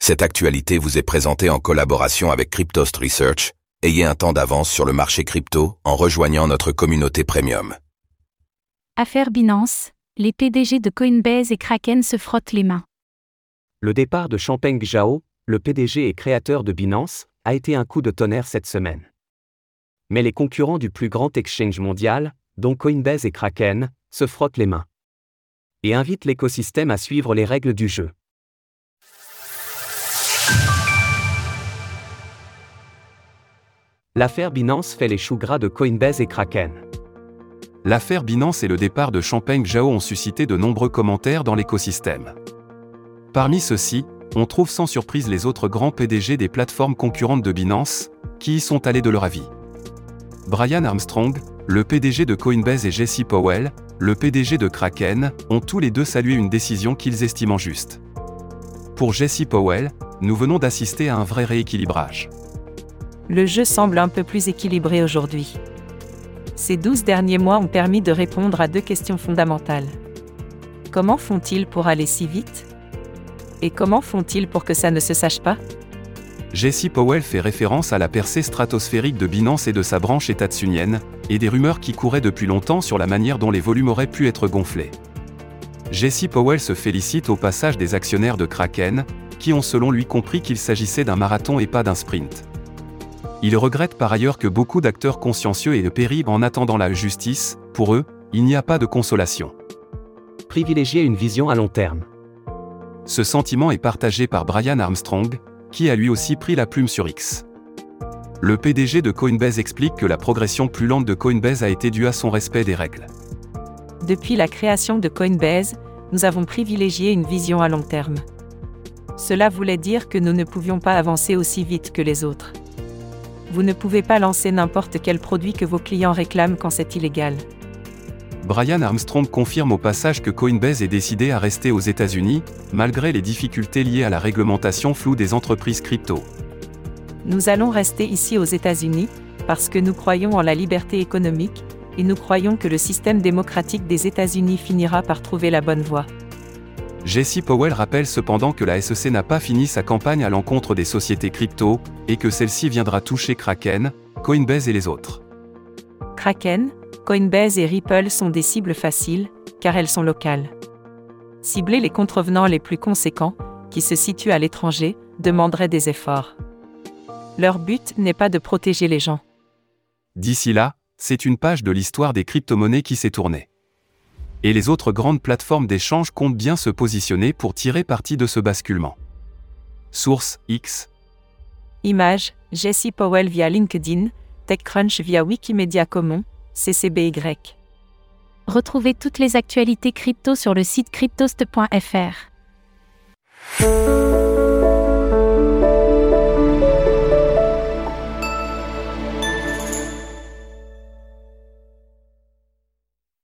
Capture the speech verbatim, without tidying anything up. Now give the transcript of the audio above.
Cette actualité vous est présentée en collaboration avec Cryptost Research. Ayez un temps d'avance sur le marché crypto en rejoignant notre communauté premium. Affaire Binance, les P D G de Coinbase et Kraken se frottent les mains. Le départ de Changpeng Zhao, le P D G et créateur de Binance, a été un coup de tonnerre cette semaine. Mais les concurrents du plus grand exchange mondial, dont Coinbase et Kraken, se frottent les mains et invitent l'écosystème à suivre les règles du jeu. L'affaire Binance fait les choux gras de Coinbase et Kraken. L'affaire Binance et le départ de Changpeng Zhao ont suscité de nombreux commentaires dans l'écosystème. Parmi ceux-ci, on trouve sans surprise les autres grands P D G des plateformes concurrentes de Binance, qui y sont allés de leur avis. Brian Armstrong, le P D G de Coinbase et Jesse Powell, le P D G de Kraken, ont tous les deux salué une décision qu'ils estiment juste. Pour Jesse Powell, nous venons d'assister à un vrai rééquilibrage. Le jeu semble un peu plus équilibré aujourd'hui. Ces douze derniers mois ont permis de répondre à deux questions fondamentales. Comment font-ils pour aller si vite ? Et comment font-ils pour que ça ne se sache pas ? Jesse Powell fait référence à la percée stratosphérique de Binance et de sa branche états-unienne, et des rumeurs qui couraient depuis longtemps sur la manière dont les volumes auraient pu être gonflés. Jesse Powell se félicite au passage des actionnaires de Kraken, qui ont selon lui compris qu'il s'agissait d'un marathon et pas d'un sprint. Il regrette par ailleurs que beaucoup d'acteurs consciencieux aient péri en attendant la justice. Pour eux, il n'y a pas de consolation. Privilégier une vision à long terme. Ce sentiment est partagé par Brian Armstrong, qui a lui aussi pris la plume sur X. Le P D G de Coinbase explique que la progression plus lente de Coinbase a été due à son respect des règles. Depuis la création de Coinbase, nous avons privilégié une vision à long terme. Cela voulait dire que nous ne pouvions pas avancer aussi vite que les autres. Vous ne pouvez pas lancer n'importe quel produit que vos clients réclament quand c'est illégal. Brian Armstrong confirme au passage que Coinbase est décidé à rester aux États-Unis, malgré les difficultés liées à la réglementation floue des entreprises crypto. Nous allons rester ici aux États-Unis, parce que nous croyons en la liberté économique, et nous croyons que le système démocratique des États-Unis finira par trouver la bonne voie. Jesse Powell rappelle cependant que la S E C n'a pas fini sa campagne à l'encontre des sociétés crypto, et que celle-ci viendra toucher Kraken, Coinbase et les autres. Kraken, Coinbase et Ripple sont des cibles faciles, car elles sont locales. Cibler les contrevenants les plus conséquents, qui se situent à l'étranger, demanderait des efforts. Leur but n'est pas de protéger les gens. D'ici là, c'est une page de l'histoire des crypto-monnaies qui s'est tournée. Et les autres grandes plateformes d'échange comptent bien se positionner pour tirer parti de ce basculement. Source X. Image, Jesse Powell via LinkedIn, TechCrunch via Wikimedia Commons, C C B Y. Retrouvez toutes les actualités crypto sur le site cryptost point f r.